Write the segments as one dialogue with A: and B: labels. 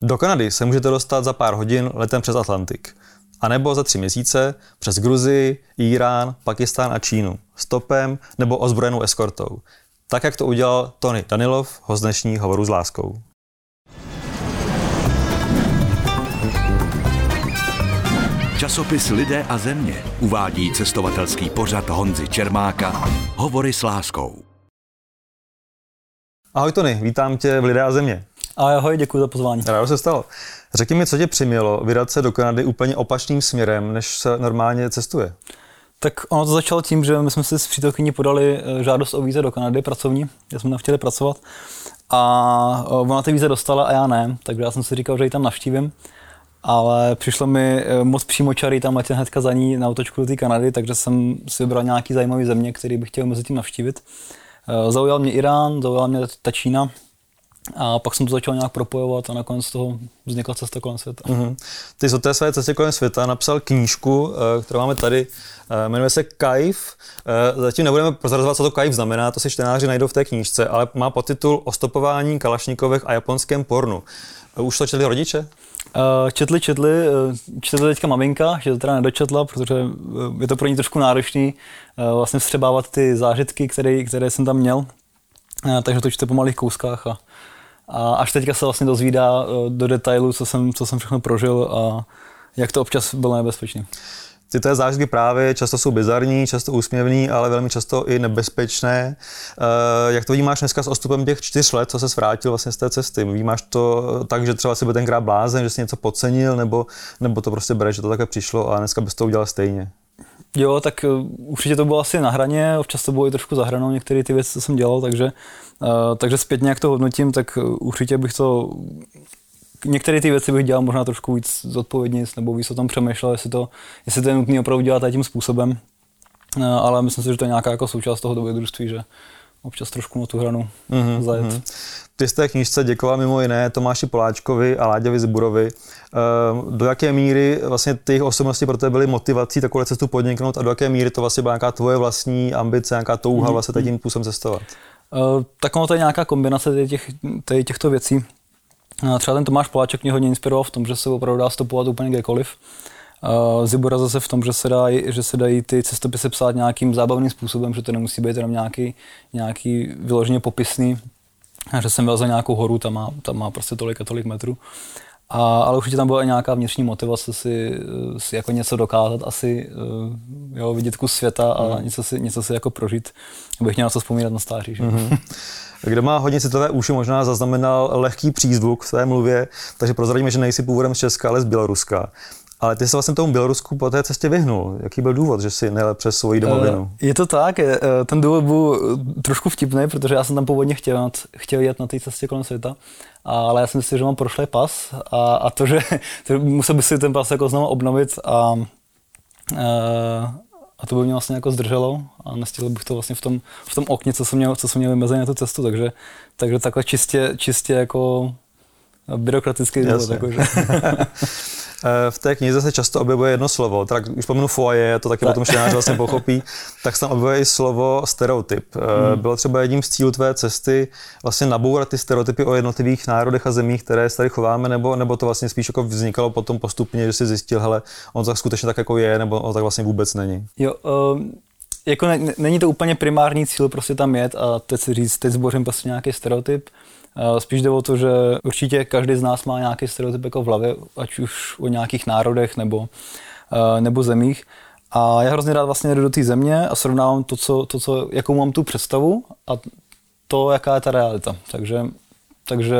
A: Do Kanady se můžete dostat za pár hodin letem přes Atlantik. A nebo za 3 měsíce přes Gruzii, Írán, Pakistán a Čínu. Stopem nebo ozbrojenou eskortou. Tak, jak to udělal Tony Danilov, host dnešní Hovoru s láskou.
B: Časopis Lidé a země uvádí cestovatelský pořad Honzy Čermáka Hovory s láskou.
A: Ahoj Tony, vítám tě v Lidé a země.
C: Ahoj, děkuji za pozvání.
A: Rádo se stalo. Řekni mi, co tě přimělo vydat se do Kanady úplně opačným směrem, než se normálně cestuje?
C: Tak ono to začalo tím, že my jsme si s přítelkyní podali žádost o víze do Kanady pracovní, kde jsme tam chtěli pracovat. A ona ty víze dostala a já ne, takže já jsem si říkal, že ji tam navštívím. Ale přišlo mi moc přímočarý tam letět hnedka za ní na autočku do té Kanady, takže jsem si vybral nějaký zajímavý země, který bych chtěl mezi tím navštívit. Zaujal mě Irán, zaujala mě ta Čína a pak jsem to začal nějak propojovat a nakonec z toho vznikla cesta kolem světa.
A: Mm-hmm. Ty jsi o té své cestě kolem světa napsal knížku, kterou máme tady, jmenuje se Kajf. Zatím nebudeme prozrazovat, co to Kajf znamená, to si čtenáři najdou v té knížce, ale má podtitul O stopování Kalašnikovech a japonském pornu. Už to četli rodiče?
C: Četli, četli teďka maminka, že to teda nedočetla, protože je to pro ní trošku náročný vlastně vstřebávat ty zážitky, které jsem tam měl, takže to čte po malých kouskách a až teďka se vlastně dozvídá do detailu, co jsem všechno prožil a jak to občas bylo nebezpečné.
A: Ty té zážitky právě často jsou bizarní, často úsměvný, ale velmi často i nebezpečné. Jak to vnímáš dneska s odstupem těch 4 let, co se vrátil vlastně z té cesty? Vnímáš to tak, že třeba si byl tenkrát blázen, že jsi něco podcenil, nebo to prostě bereš, že to takhle přišlo a dneska bys to udělal stejně?
C: Jo, tak určitě to bylo asi na hraně, občas to bylo i trošku za hranou, některé ty věci, co jsem dělal, takže zpětně, jak to hodnotím, tak určitě bych to... Některé ty věci bych dělal možná trošku víc zodpovědně, nebo víc o tom přemýšlel, jestli to je nutné opravdu dělat tím způsobem. Ale myslím si, že to je nějaká jako součást toho dobrodružství, že občas trošku na tu hranu zajet.
A: Ty z té knížce děkoval mimo jiné Tomáši Poláčkovi a Láďovi Ziburovi. Do jaké míry vlastně ty jejich osobnosti pro tebe byly motivací takovou cestu podniknout a do jaké míry to vlastně byla nějaká tvoje vlastní ambice, nějaká touha vlastně tím způsobem cestovat?
C: Tak ono to je nějaká kombinace těchto věcí. Třeba ten Tomáš Poláček mě hodně inspiroval v tom, že se opravdu dá stopovat úplně kdekoliv. Zibura zase v tom, že se dají ty cestopisy psát nějakým zábavným způsobem, že to nemusí být jenom nějaký vyloženě popisný, že jsem byl za nějakou horu, tam má prostě tolik a tolik metrů. Ale určitě tam byla i nějaká vnitřní motivace si jako něco dokázat, asi vidět kus světa a něco si jako prožít, abych měl co vzpomínat na stáří. Že?
A: Kdo má hodně citlivé uši, možná zaznamenal lehký přízvuk v své mluvě, takže prozradíme, že nejsi původem z Česka, ale z Běloruska. Ale ty se vlastně tomu Bělorusku po té cestě vyhnul. Jaký byl důvod, že jsi nejel přes svoji domovinu?
C: Je to tak, ten důvod byl trošku vtipný, protože já jsem tam původně chtěl jet na té cestě kolem světa, ale já jsem si, že mám prošlý pas a to, že musel bych si ten pas jako znovu obnovit a to by mě vlastně jako zdrželo a nestihl bych to vlastně v tom okně, co jsem měl vymezený na tu cestu, takže takhle čistě jako byrokratický důvod. Jakože.
A: V té knize se často objevuje jedno slovo, tak už pominu foje, to taky potom čtenář vlastně pochopí, tak se tam objevuje i slovo stereotyp. Bylo třeba jedním z cílů tvé cesty vlastně nabourat ty stereotypy o jednotlivých národech a zemích, které se tady chováme, nebo to vlastně spíš jako vznikalo potom postupně, že jsi zjistil, hele, on tak skutečně tak jako je, nebo on tak vlastně vůbec není?
C: Jo, jako není to úplně primární cíl prostě tam jet a teď zbořím prostě nějaký stereotyp. Spíš jde o to, že určitě každý z nás má nějaký stereotyp jako v hlavě, ať už o nějakých národech nebo zemích. A já hrozně rád vlastně jdu do té země a srovnávám jakou mám tu představu a to, jaká je ta realita. Takže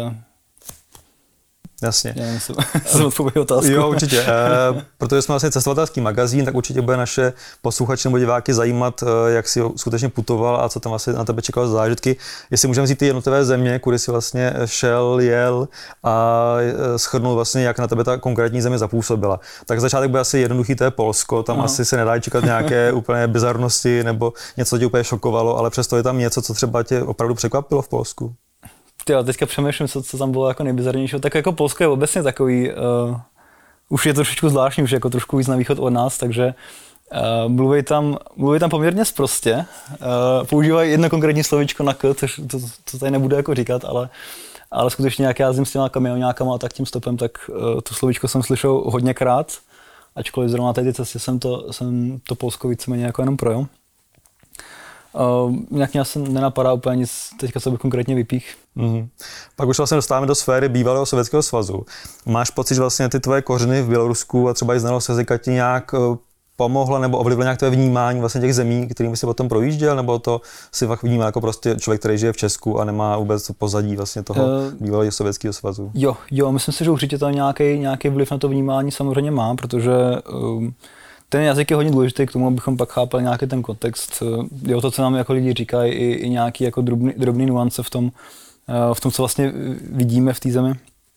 A: Jasně.
C: Jsem odpověděl otázku.
A: Jo, určitě. Protože jsme vlastně cestovatelský magazín, tak určitě bude naše posluchače nebo diváky zajímat, jak jsi skutečně putoval a co tam vlastně na tebe čekalo za zážitky. Jestli můžeme vzít ty jednotlivé země, kudy jsi vlastně šel, jel a shrnul vlastně, jak na tebe ta konkrétní země zapůsobila. Tak začátek byl asi jednoduchý, to je Polsko, tam asi se nedá čekat nějaké úplně bizarnosti nebo něco tě úplně šokovalo, ale přesto je tam něco, co třeba tě opravdu překvapilo v Polsku.
C: Jo, teďka přemýšlím, co tam bylo jako nejbizarnější. Tak jako Polsko je obecně takový, už je to trošičku zvláštní, už jako trošku víc na východ od nás, takže mluví tam poměrně sprostě. Používají jedno konkrétní slovíčko na k, to tady nebudu jako říkat, ale skutečně jak já jezdím s těma kamionákama a tak tím stopem, tak to slovíčko jsem slyšel hodněkrát, ačkoliv zrovna na té cestě jsem to Polsko víceméně jako jenom projel. Nějak mě asi nenapadá úplně nic teďka, co bych konkrétně vypích.
A: Mm-hmm. Pak už vlastně dostáváme do sféry bývalého Sovětského svazu. Máš pocit, že vlastně ty tvoje kořeny v Bělorusku a třeba i znalost jazyka ti nějak pomohla nebo ovlivnila nějak tvé vnímání vlastně těch zemí, kterými jsi potom projížděl, nebo to si fakt vnímal jako prostě člověk, který žije v Česku a nemá vůbec pozadí vlastně toho bývalého Sovětského svazu? Jo, myslím si, že určitě to nějaký vliv na to vnímání samozřejmě má, protože ten jazyk je hodně důležitý k tomu, abychom pak chápali nějaký ten kontext. Jo, to, co nám jako lidi říkají, i nějaký jako drobný nuance v tom, co vlastně vidíme v té zemi.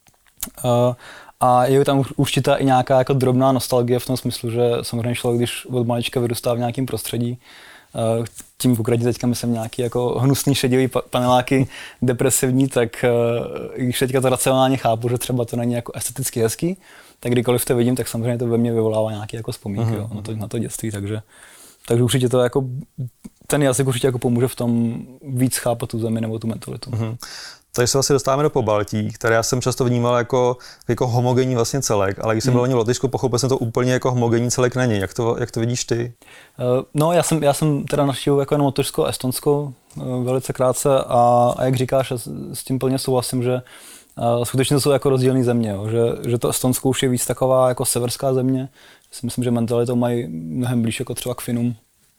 A: A je tam určitá i nějaká jako drobná nostalgie v tom smyslu, že samozřejmě člověk, když od malička vyrůstá v nějakém prostředí, tím konkrétně teďka myslím nějaký jako hnusný šedivý paneláky, depresivní, tak když teďka to racionálně chápu, že třeba to není jako esteticky hezký, tak kdykoliv to vidím, tak samozřejmě to ve mně vyvolává nějaké jako vzpomínky na to dětství, takže určitě to jako ten jazyk určitě jako pomůže v tom víc chápat tu zemi nebo tu mentalitu. Takže se vlastně dostáváme do Pobaltí, které já jsem často vnímal jako homogenní vlastně celek, ale když jsem byl v Lotyšsku, pochopil jsem to úplně jako homogenní celek není. Jak to vidíš ty?
C: No, já jsem teda navštívil jako jenom Lotyšsko a Estonsko velice krátce a jak říkáš, s tím plně souhlasím, že skutečně to jsou jako rozdílné země, jo, že to Estonsko už je víc taková jako severská země. Si myslím, že mentalitou mají mnohem blíž jako třeba k Finům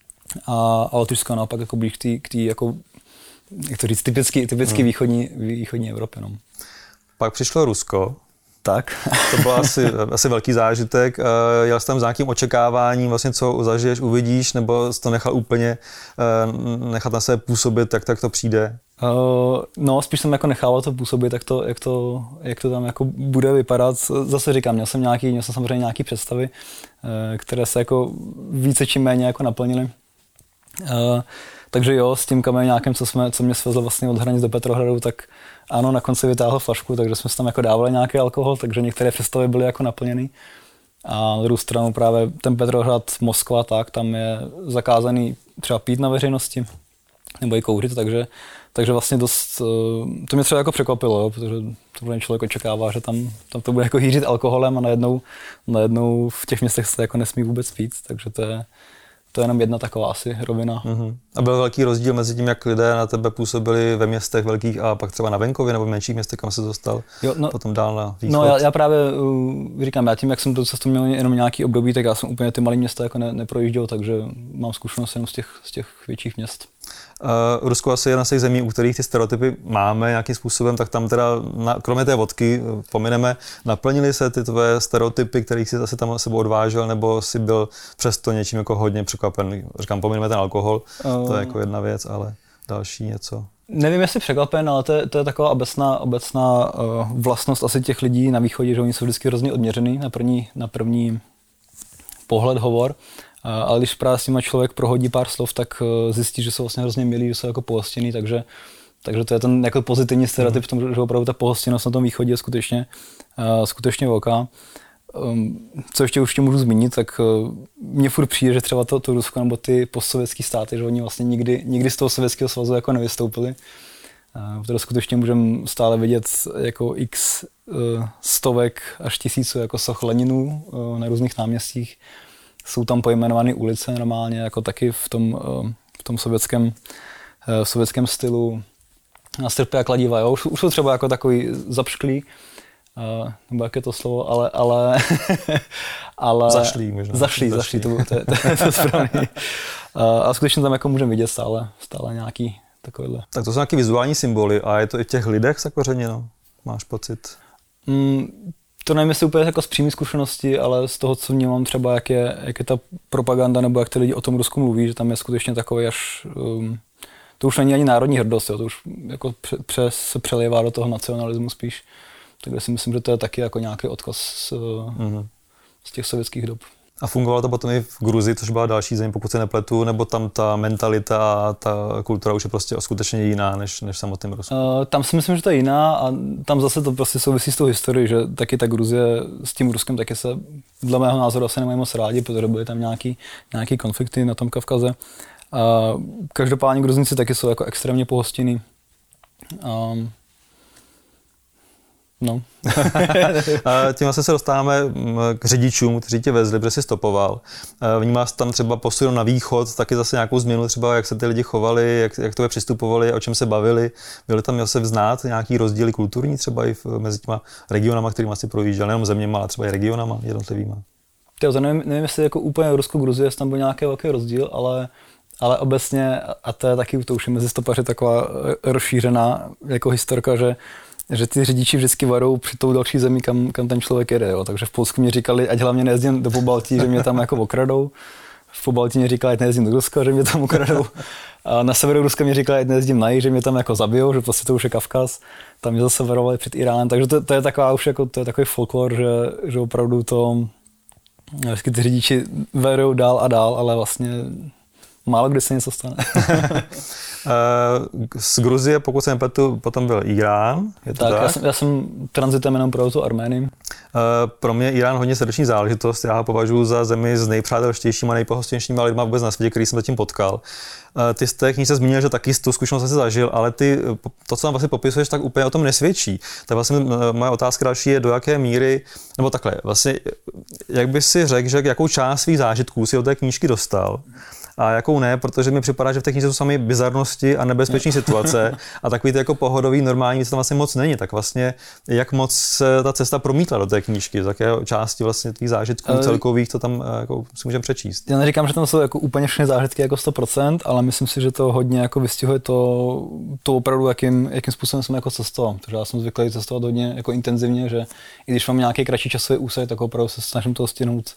C: a Lotyšsko naopak jako blíž k té jako, jak to říct, typicky východní Evropě. No.
A: Pak přišlo Rusko.
C: Tak.
A: To byl asi velký zážitek. Jel jsi tam s nějakým očekáváním, vlastně co zažiješ, uvidíš, nebo jsi to nechal úplně nechat na sebe působit, tak to přijde?
C: No, spíš jsem jako nechával to působit, jak to tam jako bude vypadat. Zase říkám, měl jsem samozřejmě nějaký představy, které se jako více či méně jako naplnily. Takže jo, s tím kamionákem, co mě svezl vlastně od hranic do Petrohradu, tak ano, na konci vytáhl flašku, takže jsme si tam jako dávali nějaký alkohol, takže některé představy byly jako naplněny. A na druhou stranu právě ten Petrohrad, Moskva, tak tam je zakázaný třeba pít na veřejnosti nebo i kouřit, takže vlastně dost, to mě třeba jako překvapilo, jo, protože to člověk očekává, že tam to bude jako hýřit alkoholem a najednou v těch městech se jako nesmí vůbec pít, takže to je jenom jedna taková asi rovina.
A: A byl velký rozdíl mezi tím, jak lidé na tebe působili ve městech velkých a pak třeba na venkově nebo v menších městech, kam se dostal, potom dál na východ?
C: No já právě říkám, já tím, jak jsem to cestu měl jenom nějaký období, tak já jsem úplně ty malé města jako neprojížděl, takže mám zkušenost jenom z těch větších měst.
A: Rusko asi je jedna z těch zemí, u kterých ty stereotypy máme nějakým způsobem, tak tam teda kromě té vodky pomineme, naplnily se ty tvoje stereotypy, kterých jsi zase tam sebou odvážel, nebo jsi byl přesto něčím jako hodně překvapen? Říkám, pomineme ten alkohol, to je jako jedna věc, ale další něco.
C: Nevím, jestli překvapen, ale to je taková obecná vlastnost asi těch lidí na východě, že oni jsou vždycky hrozně odměřený na první pohled hovor. Ale když právě s tím člověk prohodí pár slov, tak zjistí, že jsou vlastně hrozně milí, že jsou jako pohostinný, takže to je ten jako pozitivní stereotyp v tom, že opravdu ta pohostinnost na tom východě je skutečně velká. Co ještě určitě můžu zmínit, tak mně furt přijde, že třeba to Rusko nebo ty postsovětský státy, že oni vlastně nikdy z toho Sovětského svazu jako nevystoupili. Protože skutečně můžeme stále vidět jako x stovek až tisíců jako soch Leninů na různých náměstích. Jsou tam pojmenované ulice normálně, jako taky v tom sovětském stylu. Na strpě a kladiva, jo. Už jsou třeba jako takový zapšklý, nebo jak je to slovo, ale
A: zašlý možná.
C: Zašlý, to je správně. A skutečně tam jako můžeme vidět stále nějaký takovýhle. Tak
A: to jsou nějaký vizuální symboly a je to i v těch lidech zakořeněno, máš pocit?
C: To nevím, jestli úplně jako z přímé zkušenosti, ale z toho, co vnímám třeba, jak je ta propaganda, nebo jak ty lidi o tom Rusku mluví, že tam je skutečně takový až... to už není ani národní hrdost, jo, to už jako se přelívá do toho nacionalismu spíš. Takže si myslím, že to je taky jako nějaký odkaz z těch sovětských dob.
A: A fungovalo to potom i v Gruzii, což byla další země, pokud se nepletu, nebo tam ta mentalita a ta kultura už je prostě skutečně jiná než v samotném Rusku?
C: Tam si myslím, že to je jiná a tam zase to prostě souvisí s tou historií, že taky ta Gruzie s tím Ruskem taky se dle mého názoru asi nemají moc rádi, protože byly tam nějaký konflikty na tom Kavkaze. Každopádně Gruzinci taky jsou jako extrémně pohostinní. No.
A: Tím vlastně se dostáváme k řidičům, kteří tě vezli, protože jsi stopoval. Vnímáš tam třeba posun na východ, taky zase nějakou změnu, třeba jak se ty lidi chovali, jak to přistupovali, o čem se bavili. Byly tam se vznát nějaký rozdíly kulturní třeba i mezi těma regionama, kterými asi projížděl, nejenom zeměma, ale třeba i regionama jednotlivýma?
C: To nevím, jestli jako úplně Rusko-Gruzie, jestli tam byl nějaký velký rozdíl, ale obecně, a to je taky, to už je mezi stopaři taková rozšířená jako historka, že ty řidiči vždycky varou před tou další zemí, kam ten člověk jede. Jo. Takže v Polsku mi říkali, ať hlavně nejezdím do Pobaltí, že mě tam jako okradou. V Pobaltí mi říkali, ať nejezdím do Ruska, že mě tam okradou. A na severu Ruska mi říkali, ať nejezdím na jih, že mě tam jako zabijou, že prostě to už je Kavkaz. Tam mě zase varovali před Iránem. Takže to je taková už jako, to je takový folklor, že opravdu to vždycky ty řidiči vedou dál a dál, ale vlastně málo kdy se něco stane.
A: Z Gruzie, pokud se nepletu, potom byl Irán. Je to tak?
C: Já jsem transitem jenom pro tu Arménii.
A: Pro mě Irán hodně srdeční záležitost. Já ho považuji za zemi s nejpřátelštějšími a nejpohostinnějšíma lidma vůbec na světě, který jsem zatím potkal. Ty z té knížce zmínil, že taky tu zkušenost asi zažil, ale to, co tam vlastně popisuješ, tak úplně o tom nesvědčí. Tak vlastně moje otázka další je, do jaké míry, nebo takhle, vlastně, jak bys si řekl, že jakou část svých zážitků si od té knížky dostal, a jakou ne, protože mi připadá, že v té knize jsou sami bizarnosti a nebezpečné situace a takový ty jako pohodový, normální věc tam vlastně moc není. Tak vlastně jak moc se ta cesta promítla do té knížky, z jaké části vlastně tvých zážitků celkových to tam jako si můžeme přečíst.
C: Já neříkám, že tam jsou jako úplně všechny zážitky jako 100%, ale myslím si, že to hodně jako vystihuje to opravdu, jakým způsobem jsem jako cestoval. Protože já jsem zvyklý cestovat hodně jako intenzivně, že i když mám nějaký kratší časový úsek, tak opravdu se snažím toho stihnout.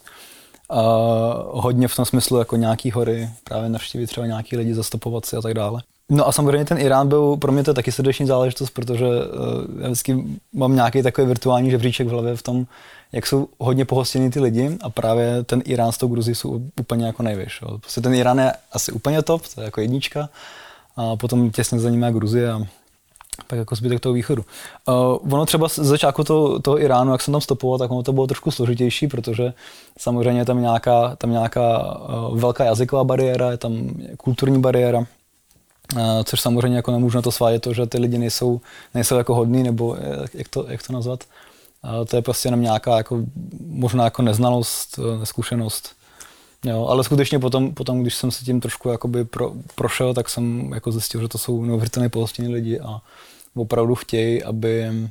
C: Hodně v tom smyslu jako nějaký hory, právě navštívit třeba nějaký lidi, zastopovat si a tak dále. No a samozřejmě ten Irán byl pro mě to taky srdeční záležitost, protože já vždycky mám nějaký takový virtuální žebříček v hlavě v tom, jak jsou hodně pohostinní ty lidi a právě ten Irán s tou Gruzií jsou úplně jako nejvyš. Prostě ten Irán je asi úplně top, to je jako jednička a potom těsně za ním je Gruzie a pak jako zbytek toho východu. Ono třeba z začátku toho Iránu, jak jsem tam stopoval, tak ono to bylo trošku složitější, protože samozřejmě je tam nějaká velká jazyková bariéra, je tam kulturní bariéra, což samozřejmě jako nemůžu na to svádět to, že ty lidi nejsou jako hodní, nebo jak to nazvat. To je prostě jenom nějaká jako, možná jako neznalost, neskušenost. Jo, ale skutečně potom, když jsem se tím trošku jakoby prošel, tak jsem jako zjistil, že to jsou neuvěřitelně pohostinní lidi a opravdu chtějí, aby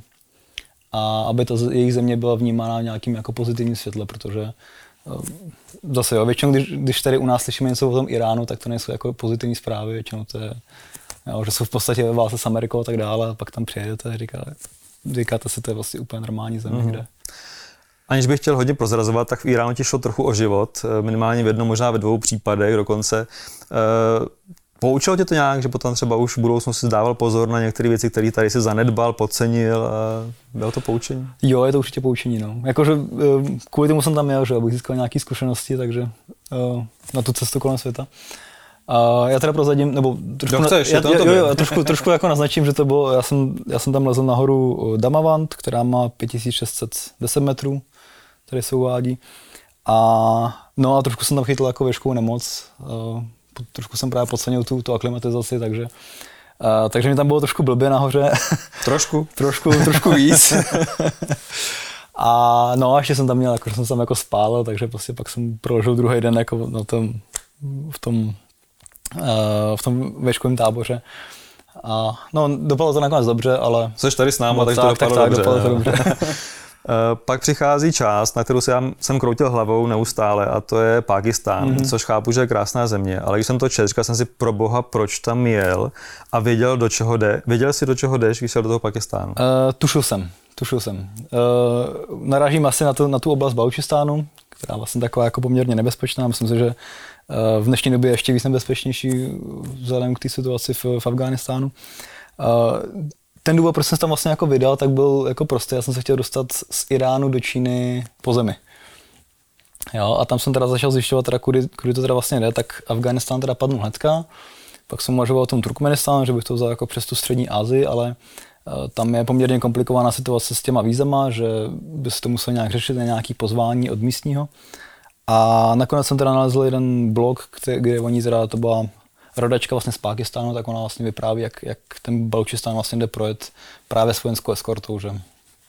C: ta jejich země byla vnímána v nějakým jako pozitivním světle, protože zase jo, většinou, když tady u nás slyšíme něco o tom Iránu, tak to nejsou jako pozitivní zprávy, většinou to je, jo, že jsou v podstatě ve válce s Amerikou a tak dále a pak tam přijedete a říkáte si, to je vlastně úplně normální země, kde.
A: Aniž bych chtěl hodně prozrazovat, tak v Iránu ti šlo trochu o život, minimálně v jednom, možná ve dvou případech dokonce. Poučilo tě to nějak, že potom třeba už v budoucnu si dával pozor na některé věci, které tady si zanedbal, podcenil? Bylo to poučení? Jo,
C: je to určitě poučení, no. Jakože kvůli tomu jsem tam jel, že abych získal nějaké zkušenosti, takže na tu cestu kolem světa. Já teda prozadím, nebo trošku jako naznačím, že to bylo, já jsem tam lezl nahoru Damavand, která má 5610 metrů, tady se uvádí. A trošku jsem tam chytil jako věžkou nemoc, trošku jsem právě podcenil tu aklimatizaci, takže mi tam bylo trošku blbě nahoře. Trošku víc. A ještě jsem tam měl, jako, že jsem tam jako spál, takže prostě pak jsem prožil druhý den jako v tom věžkovém táboře. A dopadlo to nakonec dobře, ale...
A: Což tady s náma, takže to dopadlo dobře. Pak přichází část, na kterou jsem kroutil hlavou neustále, a to je Pákistán, což chápu, že je krásná země, ale když jsem to četl, říkal jsem si, pro boha, proč tam jel a věděl, do čeho jde. Věděl jsi, do čeho jdeš, když jel do toho Pákistánu?
C: Tušil jsem. Narážím asi na tu oblast Balučistánu, která vlastně taková jako poměrně nebezpečná. Myslím si, že v dnešní době je ještě víc nebezpečnější vzhledem k té situaci v Afghánistánu. Ten důvod, proč jsem se tam vlastně jako vydal, tak byl jako prostý. Já jsem se chtěl dostat z Iránu do Číny po zemi. Jo, a tam jsem teda začal zjišťovat, teda, kudy to teda vlastně jde, tak Afghánistán teda padnul hnedka. Pak jsem uvažoval o tom Turkmenistánu, že bych to vzal jako přes tu střední Asii, ale tam je poměrně komplikovaná situace s těma vízama, že by se to muselo nějak řešit, nějaký pozvání od místního. A nakonec jsem teda nalezl jeden blog, kde oni teda, to byla rodačka vlastně z Pákistánu, tak ona vlastně vypráví, jak ten Balučistán vlastně jde projet právě s vojenskou eskortou, že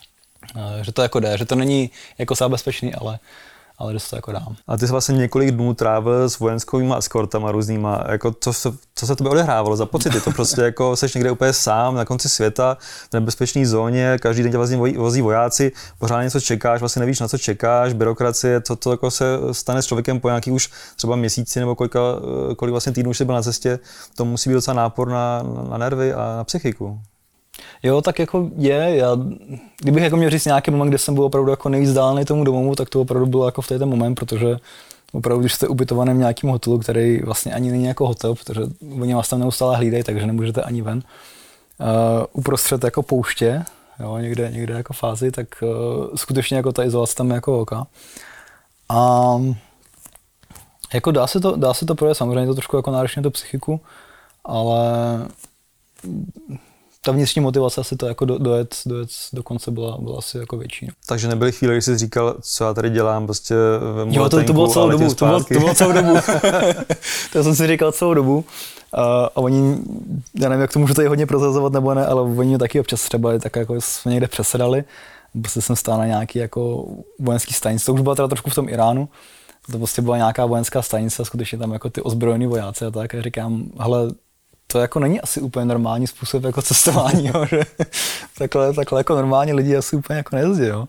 C: že to jako jde, že to není jako bezpečný, ale že se to jako dám.
A: A ty jsi vlastně několik dnů trávil s vojenskými eskortama různýma, jako co se tobě odehrávalo za pocity? To prostě jako seš někde úplně sám na konci světa, v nebezpečné zóně, každý den tě vlastně vozí vojáci, pořád něco čekáš, vlastně nevíš, na co čekáš, byrokracie, co to jako se stane s člověkem po nějaký už třeba měsíci nebo kolik vlastně týdnů už jsi byl na cestě, to musí být docela nápor na nervy a na psychiku.
C: Jo, tak jako kdybych jako měl říct nějaký moment, kde jsem byl opravdu jako nejvíc vzdálený tomu domovu, tak to opravdu bylo jako v ten moment, protože opravdu, když jste ubytovaný v nějakém hotelu, který vlastně ani není jako hotel, protože oni vás tam neustále hlídají, takže nemůžete ani ven, uprostřed jako pouště, jo, někde jako fázi, tak skutečně jako ta izolace tam je jako velká. A jako dá se to projet, samozřejmě to trošku jako náročně to psychiku, ale ta vnitřní motivace asi to jako dojet do konce byla asi jako větší.
A: Takže nebyly chvíle, když jsi říkal, co já tady dělám, prostě
C: jo, to bylo celou dobu, to bylo celou dobu. To jsem si říkal celou dobu. A oni, já nevím, jak to můžu tady hodně prozrazovat nebo ne, ale oni taky občas třeba tak jako jsme někde přesedali, prostě jsem stál na nějaký jako vojenský stanici, to už byla teda trošku v tom Iránu, to prostě byla nějaká vojenská stanice a skutečně tam jako ty ozbrojení vojáci a tak, a říkám, hele, to jako není asi úplně normální způsob jako cestování, jo, že takhle jako normální lidi asi úplně jako nejezdí, jo,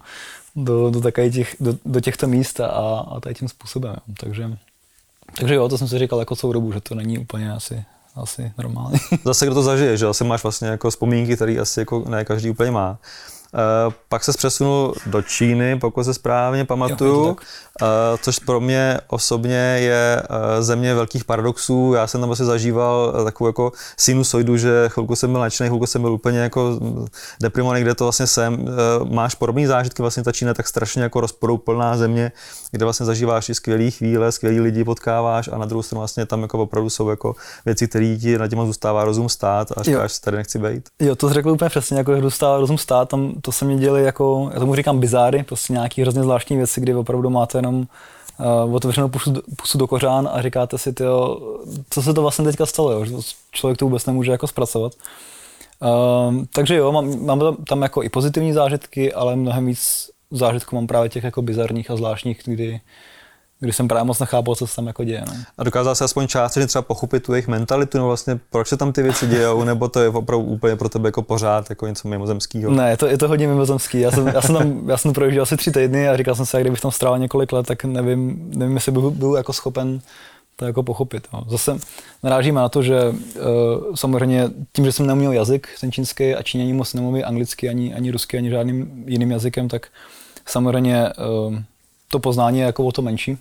C: do těchto míst a tady tím způsobem, jo. Takže jo, to jsem si říkal jako celou dobu, že to není úplně asi normální. Zase
A: kdo to zažije, že zase máš vlastně jako vzpomínky, které asi jako ne každý úplně má. Pak se přesunul do Číny, pokud se správně pamatuju, což pro mě osobně je země velkých paradoxů. Já jsem tam vlastně zažíval takovou jako sinusoidu, že chvilku jsem byl nadšený, chvilku jsem byl úplně jako deprimovaný, kde to vlastně jsem. Máš podobné zážitky, vlastně ta Čína je tak strašně jako rozporuplná země, kde vlastně zažíváš i skvělý chvíle, skvělý lidi potkáváš a na druhou stranu vlastně tam jako opravdu jsou jako věci, které ti na těma zůstává rozum stát a říkáš, že tady nechci být.
C: Jo, to jsi řekl úplně přesně, jako že zůstává rozum stát, tam to se mi děli jako, já tomu říkám bizáry, prostě nějaký hrozně zvláštní věci, kdy opravdu máte jenom otevřenou pusu do kořán a říkáte si, tyjo, co se to vlastně teďka stalo, jo? Že člověk to vůbec nemůže jako zpracovat. Takže jo, mám tam jako i pozitivní zážitky, ale mnohem víc zážitků mám právě těch jako bizarních a zvláštních, kdy jsem právě moc nechápal, co se tam jako děje. No.
A: A dokázal se aspoň částečně třeba pochopit tu jejich mentalitu, no vlastně proč se tam ty věci dějou, nebo to je opravdu úplně pro tebe jako pořád, jako něco mimozemského?
C: Ne, je to hodně mimozemský. Já jsem projížděl asi 3 týdny a říkal jsem si, jak kdybych tam strávil několik let, tak nevím, jestli byl jako schopen to jako pochopit. No. Zase narážíme na to, že samozřejmě tím, že jsem neuměl jazyk, ten čínský a Číňani moc nemluví anglicky, ani rusky, ani žádným jiným jazykem, tak samozřejmě to poznání je jako o to menší,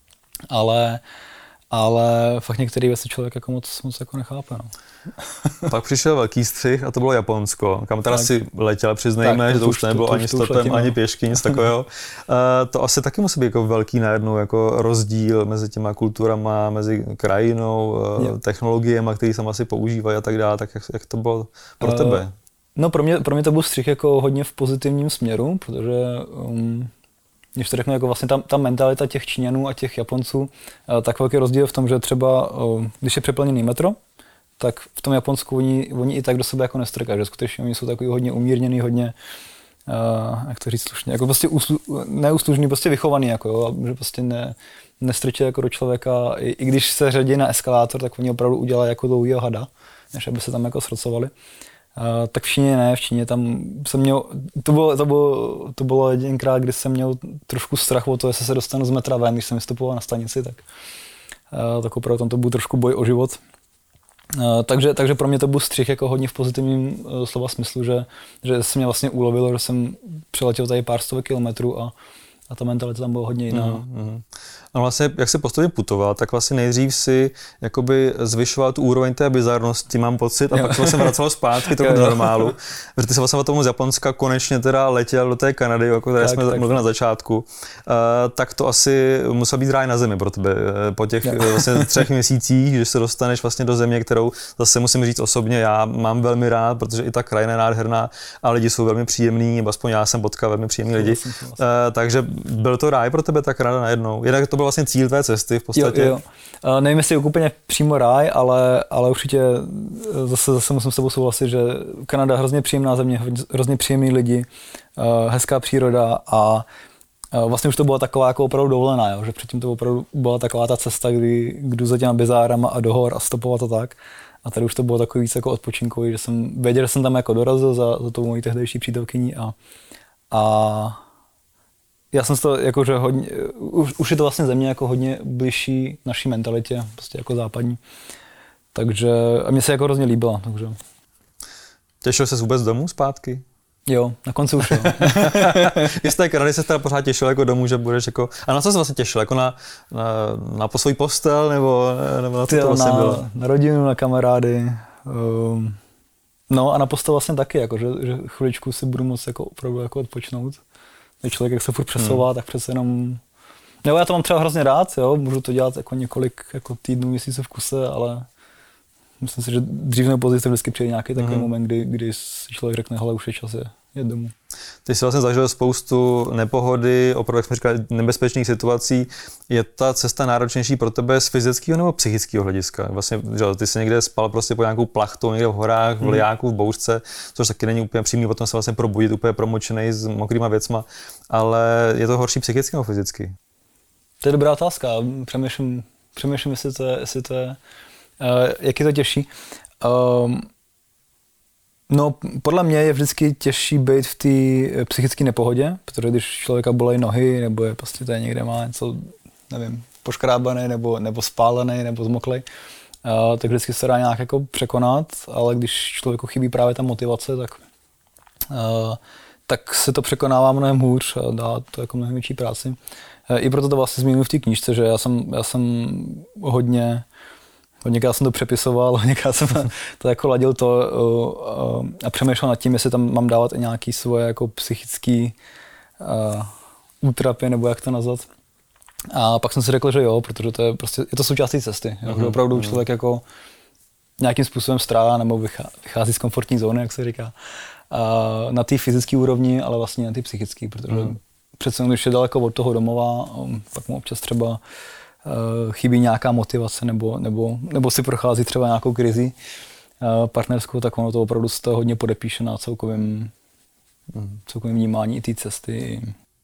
C: ale fakt některé věci člověk jako moc jako nechápe. No.
A: Pak přišel velký střih a to bylo Japonsko, kam teda si letěl, přiznejme, že to už nebylo ani stopem, ani pěšky, nic takového. To asi taky musí být jako velký najednou jako rozdíl mezi těma kulturama, mezi krajinou, technologiemi, které se asi používají a tak dále, tak jak to bylo pro tebe?
C: No pro mě to byl střih jako hodně v pozitivním směru, protože když to řeknu, jako vlastně ta mentalita těch Číňanů a těch Japonců, tak velký rozdíl v tom, že třeba, když je přeplněný metro, tak v tom Japonsku oni i tak do sebe jako nestrkají, že skutečně oni jsou takový hodně umírněný, hodně, jak to říct slušně, jako prostě neúslužný, prostě vychovaný, jako jo, že prostě nestrčí jako do člověka, i když se řadí na eskalátor, tak oni opravdu udělají jako dlouhýho hada, než aby se tam jako srocovali. Tak v Číně ne, v Číně tam jsem měl, to bylo jedinkrát, kdy jsem měl trošku strach o to, jestli se dostanu z metra ven, když jsem vystupoval na stanici, tak opravdu tam to byl trošku boj o život. Takže pro mě to byl střih jako hodně v pozitivním slova smyslu, že se mě vlastně ulovilo, že jsem přeletěl tady pár stovek kilometrů a ta mentalita tam byla hodně jiná.
A: No vlastně, jak se postupně putoval, tak vlastně nejdřív si jakoby zvyšoval tu úroveň té bizarnosti, mám pocit, a pak se vlastně vracelo zpátky trochu do normálu. Že ty se vlastně tomu z Japonska konečně teda letěl do té Kanady, o které jsme mluvili na začátku. Tak to asi musel být ráj na zemi pro tebe. Po těch vlastně 3 měsících, že se dostaneš vlastně do země, kterou zase musím říct osobně, já mám velmi rád, protože i ta krajina je nádherná a lidi jsou velmi příjemní, nebo aspoň já jsem potkal velmi příjemní lidi. Takže byl to ráj pro tebe ta Kanada najednou? Jednak to byl vlastně cíl tvé cesty v podstatě.
C: Jo. Nevím, jestli úplně přímo ráj, ale určitě zase musím s tebou souhlasit, že Kanada je hrozně příjemná země, hrozně příjemný lidi, hezká příroda a vlastně už to byla taková jako opravdu dovolená, jo? Že předtím to opravdu byla taková ta cesta, kdy jdu za těma bizárama a do hor a stopovat a tak. A tady už to bylo takový víc jako odpočinkový, že jsem věděl, že jsem tam jako dorazil za tou mojí tehdejší přítelkyní a já jsem z toho jako, že hodně, už je to vlastně země jako hodně bližší naší mentalitě, prostě jako západní. Takže a mě se jako hrozně líbila, takže.
A: Těšil ses vůbec domů zpátky?
C: Jo, na konci už jo.
A: Z té Kanady se teda pořád těšil jako domů, že budeš jako... A na co jsi vlastně těšil? Jako na svůj postel nebo na co to vlastně bylo?
C: Na rodinu, na kamarády. No a na postel vlastně taky, jako, že chviličku si budu moct jako opravdu jako odpočnout. Když člověk jak se furt přesouvá, tak přece jenom... Nebo já to mám třeba hrozně rád, jo? Můžu to dělat jako několik jako týdnů, měsíců v kuse, ale myslím si, že dřív nebo později vždycky přijde nějaký takový moment, kdy si člověk řekne, hele, už je čas je domů. Ty
A: jsi vlastně zažil spoustu nepohody, opravdu, jak jsme říkali, nebezpečných situací. Je ta cesta náročnější pro tebe z fyzického nebo psychického hlediska? Vlastně, že ty jsi někde spal prostě pod nějakou plachtou, někde v horách, v lijáku, v bouřce, což taky není úplně přímý, potom se vlastně probudit úplně promočenej s mokrýma věcma, ale je to horší psychicky nebo fyzicky?
C: To je dobrá otázka. Přemýšlím, jestli to je jak je to těžší. No, podle mě je vždycky těžší být v té psychické nepohodě, protože když člověka bolej nohy, nebo je prostě tady někde má něco, nevím, poškrábaný, nebo spálený, nebo zmoklej, tak vždycky se dá nějak jako překonat, ale když člověku chybí právě ta motivace, tak se to překonává mnohem hůř a dá to jako mnohem větší práci. I proto to vlastně zmíním v té knížce, že já jsem hodně jsem to přepisoval, hodněkrát jsem to jako ladil a přemýšlel nad tím, jestli tam mám dávat i nějaké svoje jako psychické útrapy, nebo jak to nazvat. A pak jsem si řekl, že jo, protože to je prostě, je to součástí cesty. Jo, opravdu člověk jako nějakým způsobem strává nebo vychází z komfortní zóny, jak se říká. Na té fyzické úrovni, ale vlastně na té psychické, protože přece když je daleko od toho domova, pak mu občas třeba chybí nějaká motivace nebo si prochází třeba nějakou krizi partnerskou, tak ono to opravdu z toho hodně podepíše na celkovém vnímání i té cesty.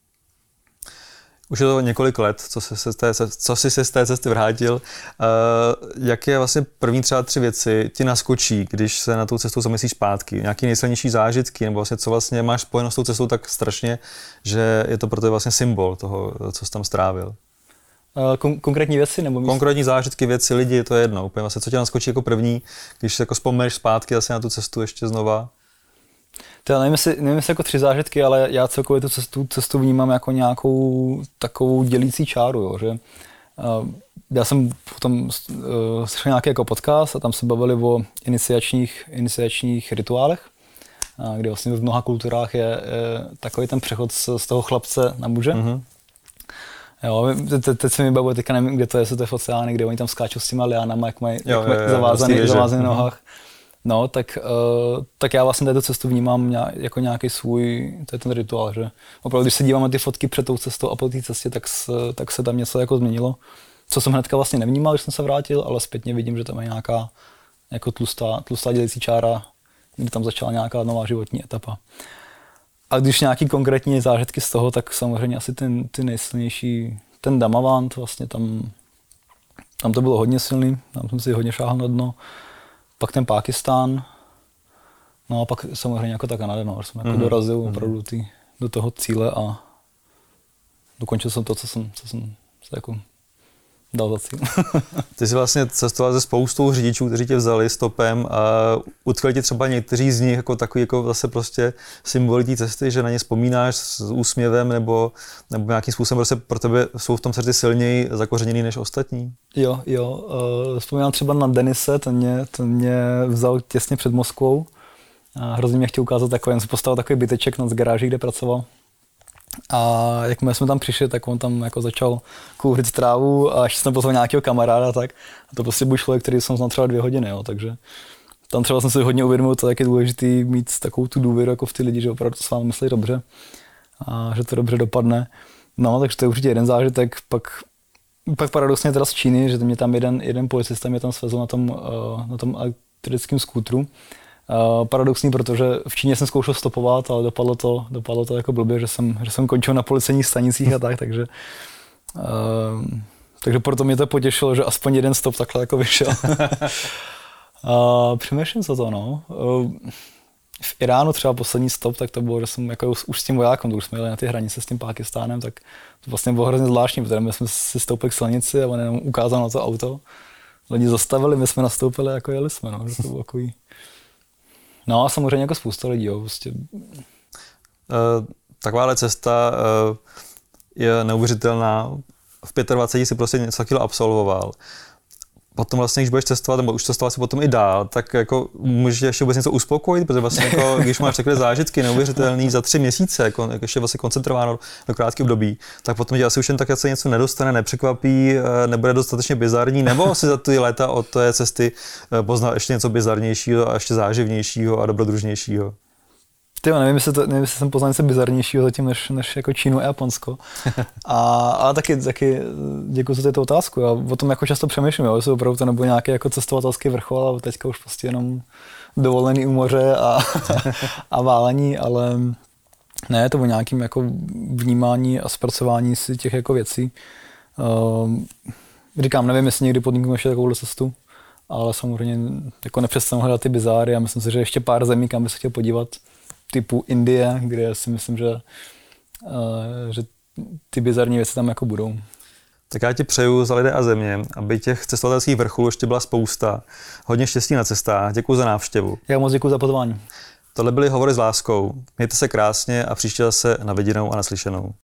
A: Už je to několik let, co jsi se z té cesty vrátil. Jaké vlastně první třeba 3 věci ti naskočí, když se na tou cestou zamyslíš zpátky? Nějaké nejsilnější zážitky, nebo vlastně co vlastně máš spojeno s tou cestou tak strašně, že je to pro tebe vlastně symbol toho, co jsi tam strávil?
C: Konkrétní věci nebo místo?
A: Konkrétní zážitky, věci, lidi, to je jedno. Úplně vlastně, co tě naskočí jako první, když se jako vzpomeneš zpátky zase na tu cestu ještě znova?
C: To nevím, jestli jako 3 zážitky, ale já celkově tu cestu vnímám jako nějakou takovou dělící čáru, jo, že já jsem potom slyšel nějaký jako podcast a tam se bavili o iniciačních rituálech, kde vlastně v mnoha kulturách je takový ten přechod z toho chlapce na muže. Jo, teď se mi bavuje, teďka nevím, kde to je, jestli to je v oceánu, kde oni tam skáčou s těma liánama, jak mají zavázaný na nohách. No, tak já vlastně této cestu vnímám jako nějaký svůj, to je ten rituál, že opravdu, když se dívám na ty fotky před tou cestou a po té cestě, tak se tam něco jako změnilo, co jsem hnedka vlastně nevnímal, když jsem se vrátil, ale zpětně vidím, že tam je nějaká jako tlustá dělící čára, kdy tam začala nějaká nová životní etapa. A když nějaký konkrétní zážitky z toho, tak samozřejmě asi ty nejsilnější, ten Damavand, vlastně tam to bylo hodně silný, tam jsem si hodně šáhl na dno. Pak ten Pákistán, no a pak samozřejmě jako ta Kanada, no, jsem jako dorazil opravdu do toho cíle a dokončil jsem to, co jsem se jako dal za cíl.
A: Ty jsi vlastně cestoval se spoustou řidičů, kteří tě vzali stopem a utkvěli ti třeba někteří z nich jako takový jako zase prostě symbol té cesty, že na ně vzpomínáš s úsměvem nebo nějakým způsobem prostě pro tebe jsou v tom srdci silněji zakořeněný než ostatní?
C: Jo. Vzpomínám třeba na Denise, ten mě vzal těsně před Moskvou a hrozně mě chtěl ukázat takový, on si postavil takový byteček nad garáží, kde pracoval. A jakmile jsme tam přišli, tak on tam jako začal kouřit trávu a ještě jsem pozval nějakého kamaráda, tak a to prostě byl člověk, který jsem znal třeba 2 hodiny, jo, takže tam třeba jsem si hodně uvědomil, to, jak je důležité mít takovou tu důvěru jako v ty lidi, že opravdu to s vámi myslí dobře a že to dobře dopadne. No, takže to je určitě jeden zážitek. Pak paradoxně teda z Číny, že mě tam jeden policista mě tam svezl na tom elektrickém skútru. Paradoxní, protože v Číně jsem zkoušel stopovat, ale dopadlo to jako blbě, že jsem končil na policejních stanicích a tak, takže proto mě to potěšilo, že aspoň jeden stop takhle jako vyšel. Přemýšlím co to, no. V Iránu třeba poslední stop, tak to bylo, že jsem jako už s tím vojákem, už jsme jeli na ty hranice s tím Pákistánem, tak to vlastně bylo hrozně zvláštní, protože my jsme si stoupili k silnici a on jenom ukázal na to auto. Lidi zastavili, my jsme nastoupili a jako jeli jsme, no, že to bylo takový. No a samozřejmě jako spousta lidí, jo, prostě.
A: Takováhle cesta je neuvěřitelná. V 25 si prostě něco takového absolvoval. Potom vlastně, když budeš cestovat, nebo už cestoval si potom i dál, tak jako můžeš ještě vůbec něco uspokojit, protože vlastně jako, když máš takové zážitky neuvěřitelný za 3 měsíce, jako ještě vlastně koncentrováno do krátkého období, tak potom tě asi už jen tak se něco nedostane, nepřekvapí, nebude dostatečně bizarní, nebo si za ty léta od té cesty poznal ještě něco bizarnějšího a ještě záživnějšího a dobrodružnějšího.
C: Nevím, jestli jsem poznal něco bizarnějšího zatím než jako Čínu a Japonsko. Ale taky děkuji za tuto otázku. Já o tom jako často přemýšlím, jo, jestli opravdu to nebo nějaký jako cestovatelský vrchol, ale teďka už prostě jenom dovolený u moře a válení, ale ne, je to o nějakým jako vnímání a zpracování si těch jako věcí. Říkám, nevím, jestli někdy podniknu ještě takovouhle cestu, ale samozřejmě jako nepřestanu hledat ty bizáry a myslím si, že ještě pár zemí, kam bych se chtěl podívat, typu Indie, kde si myslím, že ty bizarní věci tam jako budou.
A: Tak já ti přeju za Lidé a země, aby těch cestovatelských vrcholů ještě byla spousta. Hodně štěstí na cestách. Děkuji za návštěvu.
C: Já moc děkuji za pozvání.
A: Tohle byly Hovory s láskou. Mějte se krásně a příště zase na viděnou a naslyšenou.